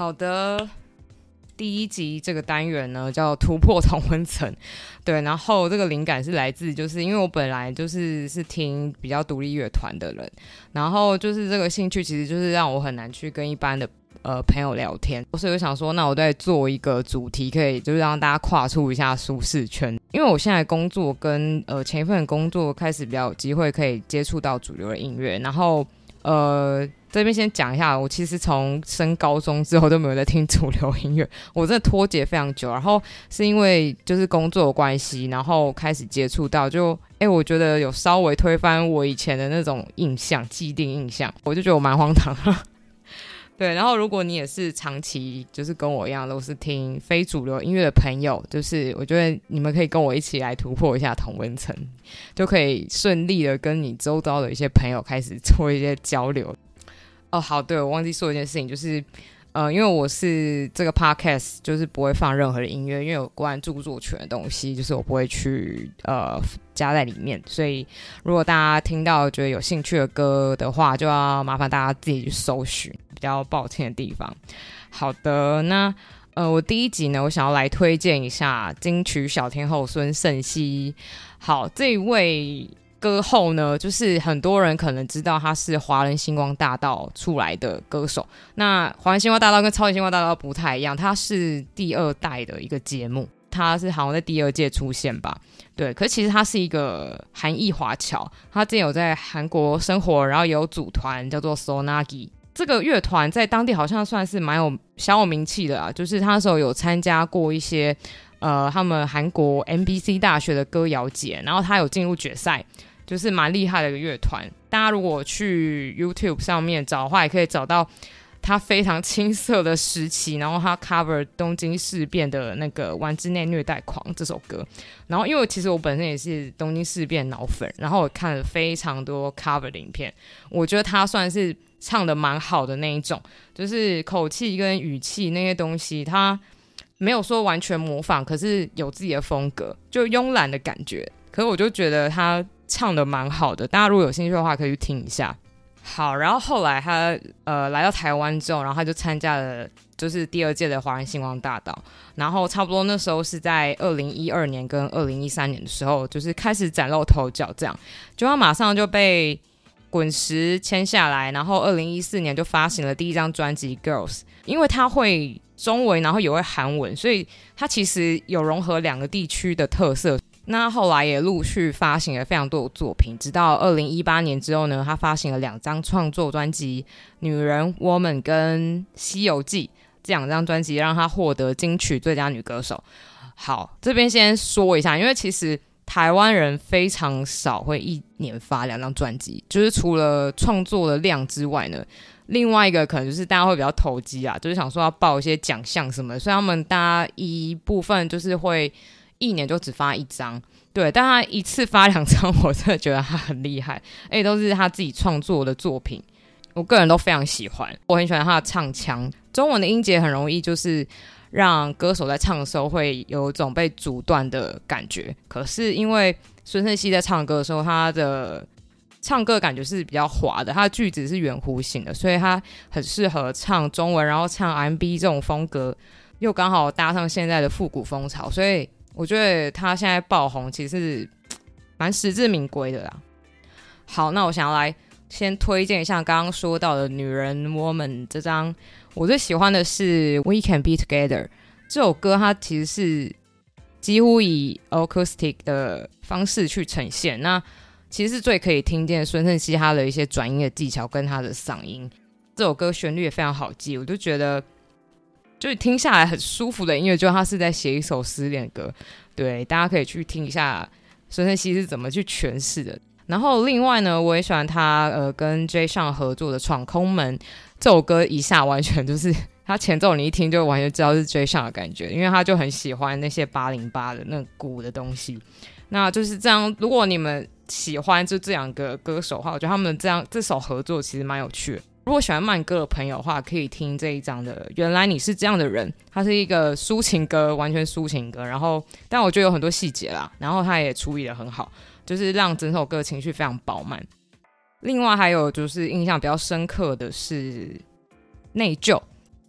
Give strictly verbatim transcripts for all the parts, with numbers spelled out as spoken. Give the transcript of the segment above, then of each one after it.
好的，第一集这个单元呢叫突破同温层，对，然后这个灵感是来自，就是因为我本来就是是听比较独立乐团的人，然后就是这个兴趣其实就是让我很难去跟一般的呃朋友聊天，所以我想说，那我再做一个主题，可以就是让大家跨出一下舒适圈。因为我现在工作跟呃前一份工作开始比较有机会可以接触到主流的音乐，然后呃。这边先讲一下，我其实从升高中之后都没有在听主流音乐，我真的脱节非常久，然后是因为就是工作的关系，然后开始接触到，就哎，我觉得有稍微推翻我以前的那种印象，既定印象，我就觉得我蛮荒唐的。对，然后如果你也是长期就是跟我一样都是听非主流音乐的朋友，就是我觉得你们可以跟我一起来突破一下同温层，就可以顺利的跟你周遭的一些朋友开始做一些交流。哦，好，对，我忘记说一件事情，就是，呃，因为我是这个 podcast 就是不会放任何的音乐，因为有关著作权的东西，就是我不会去呃加在里面，所以如果大家听到觉得有兴趣的歌的话，就要麻烦大家自己去搜寻，比较抱歉的地方。好的，那呃，我第一集呢，我想要来推荐一下金曲小天后孙盛希。好，这一位歌后呢，就是很多人可能知道他是华人星光大道出来的歌手。那华人星光大道跟超级星光大道不太一样，他是第二代的一个节目，他是好像在第二届出现吧。对，可是其实他是一个韩裔华侨，他之前有在韩国生活，然后也有组团叫做 Sonagi。这个乐团在当地好像算是蛮有小有名气的啊，就是他那时候有参加过一些呃他们韩国 M B C 大学的歌谣节，然后他有进入决赛。就是蛮厉害的一个乐团，大家如果去 YouTube 上面找的话，也可以找到他非常青涩的时期，然后他 cover 东京事变的那个丸之内虐待狂这首歌。然后因为其实我本身也是东京事变脑粉，然后我看了非常多 cover 的影片，我觉得他算是唱的蛮好的那一种，就是口气跟语气那些东西，他没有说完全模仿，可是有自己的风格，就慵懒的感觉。可是我就觉得他唱的蛮好的，大家如果有兴趣的话可以去听一下。好，然后后来他呃来到台湾之后，然后他就参加了就是第二届的华人星光大道，然后差不多那时候是在二零一二年跟二零一三年的时候，就是开始崭露头角，这样就他马上就被滚石签下来，然后二零一四年就发行了第一张专辑 Girls。 因为他会中文然后也会韩文，所以他其实有融合两个地区的特色。那后来也陆续发行了非常多的作品，直到二零一八年之后呢，他发行了两张创作专辑《女人 Woman》跟《西游记》，这两张专辑让他获得金曲最佳女歌手。好，这边先说一下，因为其实台湾人非常少会一年发两张专辑，就是除了创作的量之外呢，另外一个可能就是大家会比较投机啊，就是想说要报一些奖项什么的，所以他们大家一部分就是会一年就只发一张，对，但他一次发两张，我真的觉得他很厉害，而且都是他自己创作的作品，我个人都非常喜欢。我很喜欢他的唱腔，中文的音节很容易就是让歌手在唱的时候会有一种被阻断的感觉，可是因为孙盛希在唱歌的时候，他的唱歌感觉是比较滑的，他的句子是圆弧形的，所以他很适合唱中文，然后唱 R and B 这种风格，又刚好搭上现在的复古风潮，所以我觉得他现在爆红其实是蛮实至名归的啦。好，那我想要来先推荐一下刚刚说到的女人 Woman 这张，我最喜欢的是 We Can Be Together 这首歌，它其实是几乎以 acoustic 的方式去呈现，那其实是最可以听见孙盛希他的一些转音的技巧跟他的嗓音。这首歌旋律也非常好记，我就觉得就是听下来很舒服的音乐，就他是在写一首失恋歌，对，大家可以去听一下孙盛希是怎么去诠释的。然后另外呢，我也喜欢他呃跟 J 上合作的《闯空门》这首歌，一下完全就是他前奏你一听就完全知道是 J 上的感觉，因为他就很喜欢那些八零八的那个鼓的东西。那就是这样，如果你们喜欢就这两个歌手的话，我觉得他们这样这首合作其实蛮有趣的。如果喜欢慢歌的朋友的话，可以听这一张的原来你是这样的人，它是一个抒情歌，完全抒情歌，然后但我觉得有很多细节啦，然后它也处理得很好，就是让整首歌情绪非常饱满。另外还有就是印象比较深刻的是内疚，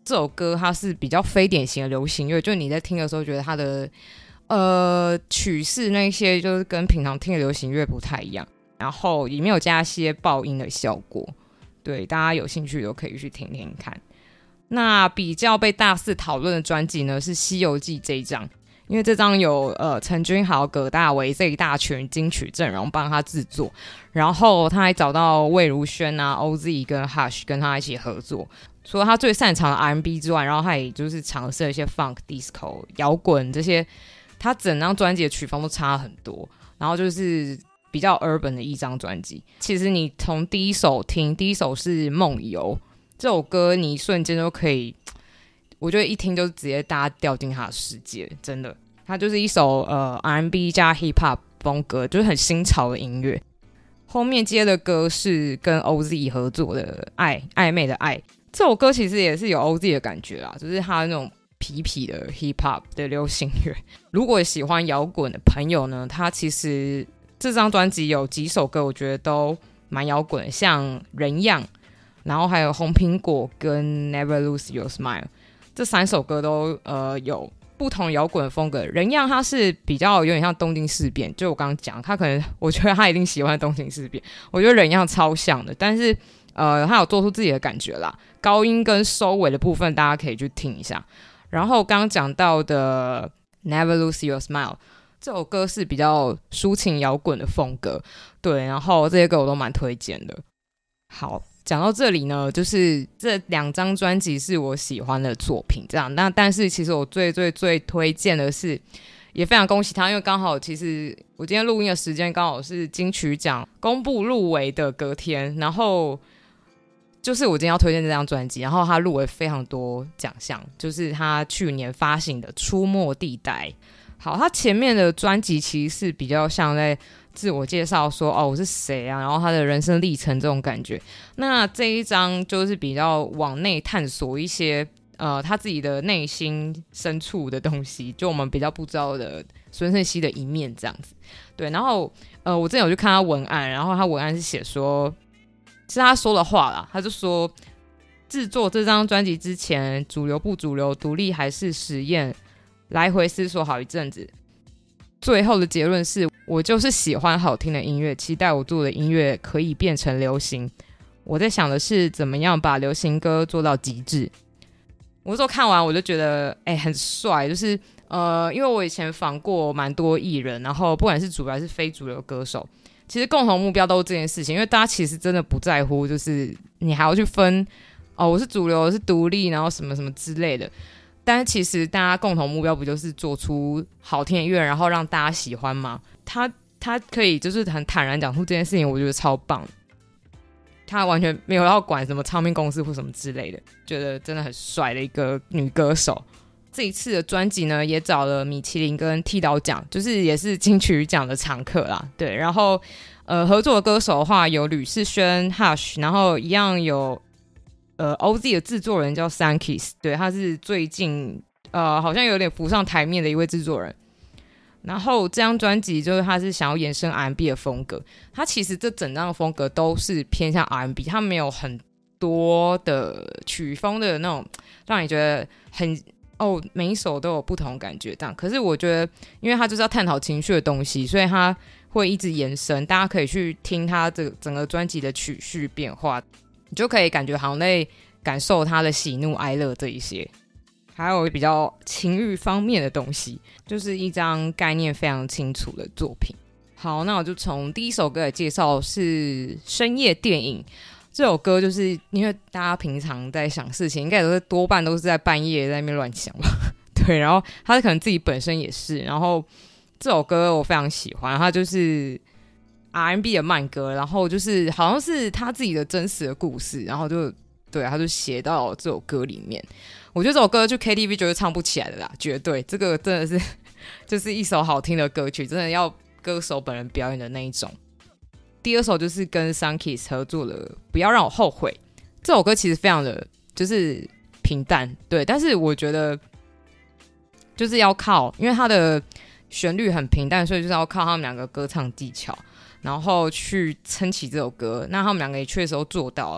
这首歌它是比较非典型的流行乐，就你在听的时候觉得它的呃曲式那些就是跟平常听的流行乐不太一样，然后里面有加一些爆音的效果，对，大家有兴趣都可以去听听看。那比较被大肆讨论的专辑呢是《西游记》这一张，因为这张有呃陈君豪、葛大为这一大群金曲阵容帮他制作，然后他还找到魏如萱啊、O Z 跟 Hush 跟他一起合作。除了他最擅长的 R and B 之外，然后他也就是尝试了一些 Funk、Disco、摇滚这些，他整张专辑的曲风都差很多，然后就是比较 urban 的一张专辑。其实你从第一首听，第一首是《梦游》这首歌，你一瞬间就可以，我觉得一听就直接大家掉进他的世界，真的。它就是一首呃 R and B 加 Hip Hop 风格，就是很新潮的音乐。后面接的歌是跟 O Z 合作的《爱暧昧的爱》，这首歌其实也是有 O Z 的感觉啦，就是他那种痞痞的 Hip Hop 的流行乐。如果喜欢摇滚的朋友呢，他其实这张专辑有几首歌我觉得都蛮摇滚的，像人样，然后还有红苹果跟 Never Lose Your Smile， 这三首歌都呃有不同摇滚的风格。人样它是比较有点像东京事变，就我刚刚讲，他可能我觉得他一定喜欢东京事变，我觉得人样超像的，但是呃他有做出自己的感觉啦，高音跟收尾的部分大家可以去听一下。然后刚刚讲到的 Never Lose Your Smile 这首歌是比较抒情摇滚的风格，对，然后这些歌我都蛮推荐的。好，讲到这里呢，就是这两张专辑是我喜欢的作品，这样。那但是其实我最最最推荐的是，也非常恭喜他，因为刚好其实我今天录音的时间刚好是金曲奖公布入围的隔天，然后就是我今天要推荐这张专辑，然后他入围非常多奖项，就是他去年发行的《出没地带》。好，他前面的专辑其实是比较像在自我介绍说哦我是谁啊，然后他的人生历程这种感觉。那这一张就是比较往内探索一些呃他自己的内心深处的东西，就我们比较不知道的孙盛希的一面这样子。对，然后呃我之前有去看他文案，然后他文案是写说是他说的话啦，他就说制作这张专辑之前，主流不主流，独立还是实验，来回思索好一阵子，最后的结论是我就是喜欢好听的音乐，期待我做的音乐可以变成流行。我在想的是怎么样把流行歌做到极致。我那时候看完我就觉得哎、欸、很帅，就是呃，因为我以前访过蛮多艺人，然后不管是主流还是非主流歌手，其实共同目标都是这件事情，因为大家其实真的不在乎，就是你还要去分哦，我是主流，我是独立，然后什么什么之类的。但是其实大家共同目标不就是做出好听的音乐，然后让大家喜欢吗？他他可以就是很坦然讲出这件事情，我觉得超棒。他完全没有要管什么唱片公司或什么之类的，觉得真的很帅的一个女歌手。这一次的专辑呢，也找了米其林跟剃刀奖，就是也是金曲奖的常客啦。对，然后呃合作的歌手的话有吕士轩、Hush， 然后一样有呃 O Z 的制作人叫 Sankis， 对，他是最近呃好像有点浮上台面的一位制作人。然后这张专辑就是他是想要延伸 R and B 的风格，他其实这整张的风格都是偏向 R and B， 他没有很多的曲风的那种让你觉得很哦每一首都有不同感觉这样。可是我觉得因为他就是要探讨情绪的东西，所以他会一直延伸，大家可以去听他这整个专辑的曲序变化，你就可以感觉好像在感受他的喜怒哀乐这一些。还有比较情欲方面的东西，就是一张概念非常清楚的作品。好，那我就从第一首歌来介绍，是深夜电影。这首歌就是因为大家平常在想事情，应该都是多半都是在半夜在那边乱想吧。对，然后他可能自己本身也是，然后这首歌我非常喜欢，它就是 R and B 的慢歌，然后就是好像是他自己的真实的故事，然后就对，他就写到这首歌里面。我觉得这首歌去 K T V 绝对唱不起来的啦，绝对，这个真的是就是一首好听的歌曲，真的要歌手本人表演的那一种。第二首就是跟 Sankis 合作的《不要让我后悔》，这首歌其实非常的就是平淡，对，但是我觉得就是要靠，因为它的旋律很平淡，所以就是要靠他们两个歌唱技巧，然后去撑起这首歌。那他们两个也确实都做到了。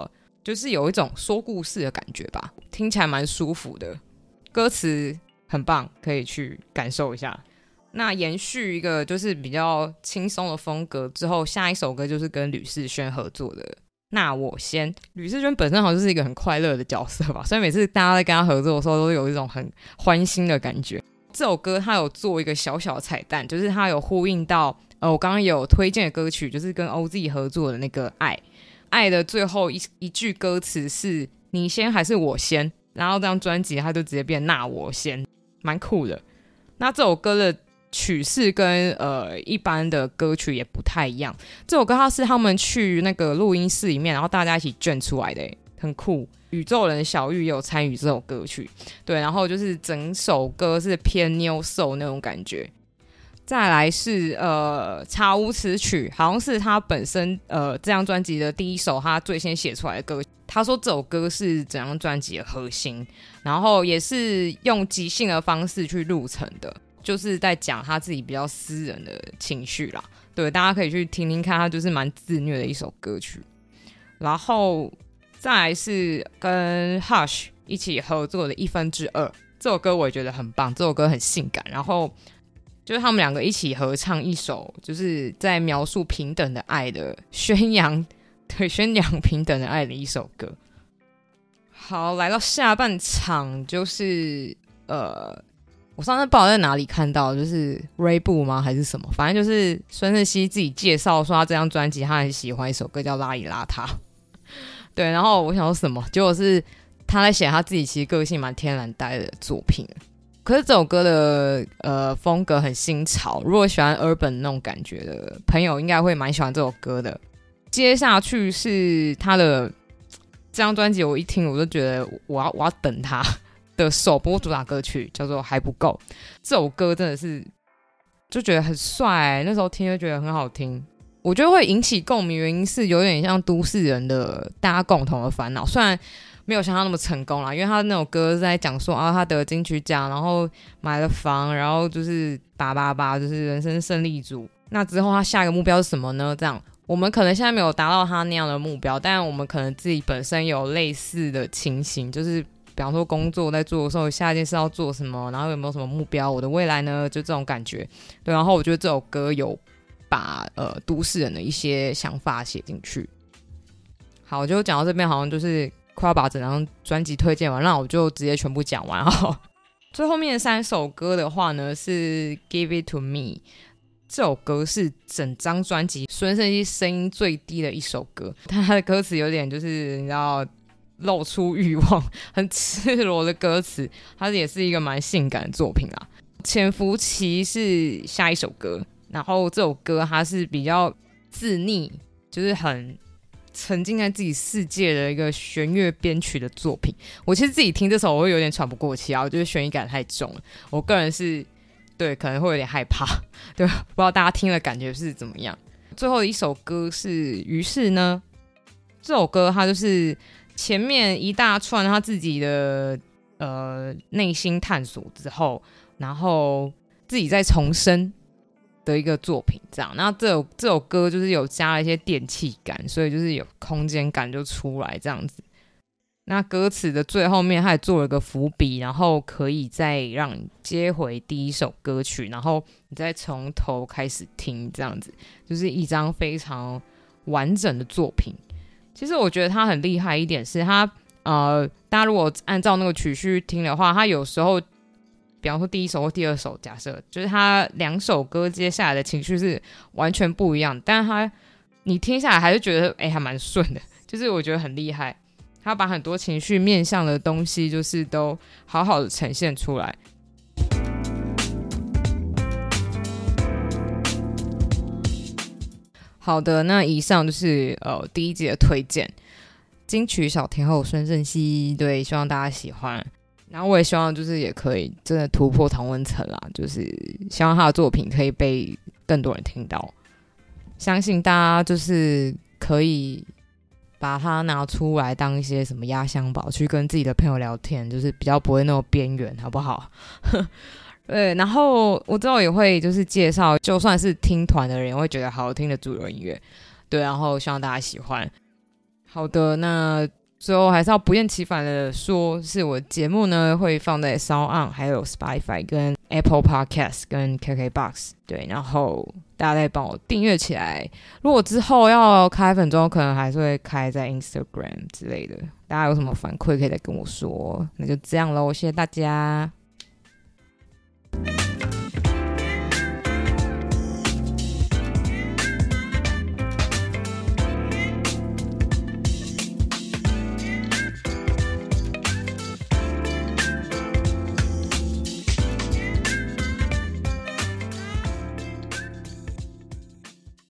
就是有一种说故事的感觉吧，听起来蛮舒服的，歌词很棒，可以去感受一下。那延续一个就是比较轻松的风格之后，下一首歌就是跟吕士轩合作的那我先。吕士轩本身好像就是一个很快乐的角色吧，所以每次大家在跟他合作的时候都有一种很欢欣的感觉。这首歌他有做一个小小的彩蛋，就是他有呼应到呃我刚刚有推荐的歌曲，就是跟 O Z 合作的那个爱爱的最后 一, 一句歌词是你先还是我先，然后这张专辑它就直接变那我先，蛮酷的。那这首歌的曲式跟呃一般的歌曲也不太一样，这首歌它是他们去那个录音室里面，然后大家一起卷出来的耶，很酷。宇宙人小玉也有参与这首歌曲，对，然后就是整首歌是偏 Neo Soul 那种感觉。再来是呃查无此曲，好像是他本身呃这张专辑的第一首他最先写出来的歌，他说这首歌是整张专辑的核心，然后也是用即兴的方式去录成的，就是在讲他自己比较私人的情绪啦，对，大家可以去听听看，他就是蛮自虐的一首歌曲。然后再来是跟 Hush 一起合作的一分之二，这首歌我也觉得很棒，这首歌很性感，然后就是他们两个一起合唱一首就是在描述平等的爱的宣扬，对，宣扬平等的爱的一首歌。好，来到下半场，就是呃我上次不知道在哪里看到，就是 Ray 布吗还是什么，反正就是孙盛希自己介绍说他这张专辑他很喜欢一首歌叫邋里邋遢，对，然后我想说什么，结果是他在写他自己其实个性蛮天然呆的作品。可是这首歌的呃风格很新潮，如果喜欢 urban 那种感觉的朋友应该会蛮喜欢这首歌的。接下去是他的这张专辑，我一听我就觉得我要我要等他的首播主打歌曲叫做还不够，这首歌真的是就觉得很帅，那时候听就觉得很好听。我觉得会引起共鸣原因是有点像都市人的大家共同的烦恼，虽然没有像他那么成功啦，因为他那首歌是在讲说啊，他得金曲奖，然后买了房，然后就是八八八，就是人生胜利组。那之后他下一个目标是什么呢？这样我们可能现在没有达到他那样的目标，但我们可能自己本身有类似的情形，就是比方说工作在做的时候，下一件事要做什么，然后有没有什么目标，我的未来呢，就这种感觉。对，然后我觉得这首歌有把呃都市人的一些想法写进去。好，就讲到这边，好像就是快要把整张专辑推荐完，那我就直接全部讲完。最后面三首歌的话呢，是 Give It To Me， 这首歌是整张专辑孙盛希声音最低的一首歌，他的歌词有点就是你知道露出欲望，很赤裸的歌词，它也是一个蛮性感的作品啦。潜伏期是下一首歌，然后这首歌它是比较自溺，就是很沉浸在自己世界的一个弦乐编曲的作品。我其实自己听这首我会有点喘不过气啊，我觉得旋律感太重了，我个人是对可能会有点害怕，对，不知道大家听的感觉是怎么样。最后的一首歌是于是呢，这首歌它就是前面一大串他自己的呃内心探索之后，然后自己再重生的一个作品，这样。那这首这首歌就是有加了一些电气感，所以就是有空间感就出来这样子。那歌词的最后面他也做了个伏笔，然后可以再让你接回第一首歌曲，然后你再从头开始听，这样子就是一张非常完整的作品。其实我觉得他很厉害一点是他呃，大家如果按照那个曲序听的话，他有时候比方说第一首或第二首，假设就是他两首歌接下来的情绪是完全不一样，但是他你听下来还是觉得哎、欸、还蛮顺的，就是我觉得很厉害，他把很多情绪面向的东西就是都好好的呈现出来。好的，那以上就是呃第一集的推荐，金曲小天后孙盛希，对，希望大家喜欢。然后我也希望就是也可以真的突破同温层啦，就是希望他的作品可以被更多人听到。相信大家就是可以把它拿出来当一些什么压箱宝，去跟自己的朋友聊天，就是比较不会那么边缘，好不好？对，然后我之后也会就是介绍，就算是听团的人也会觉得好听的主流音乐，对，然后希望大家喜欢。好的，那最后还是要不厌其烦的说，是我节目呢会放在 SoundOn 还有 Spotify 跟 Apple Podcast 跟 K K Box， 对，然后大家再帮我订阅起来。如果之后要开粉专，可能还是会开在 Instagram 之类的，大家有什么反馈可以再跟我说。那就这样咯，谢谢大家。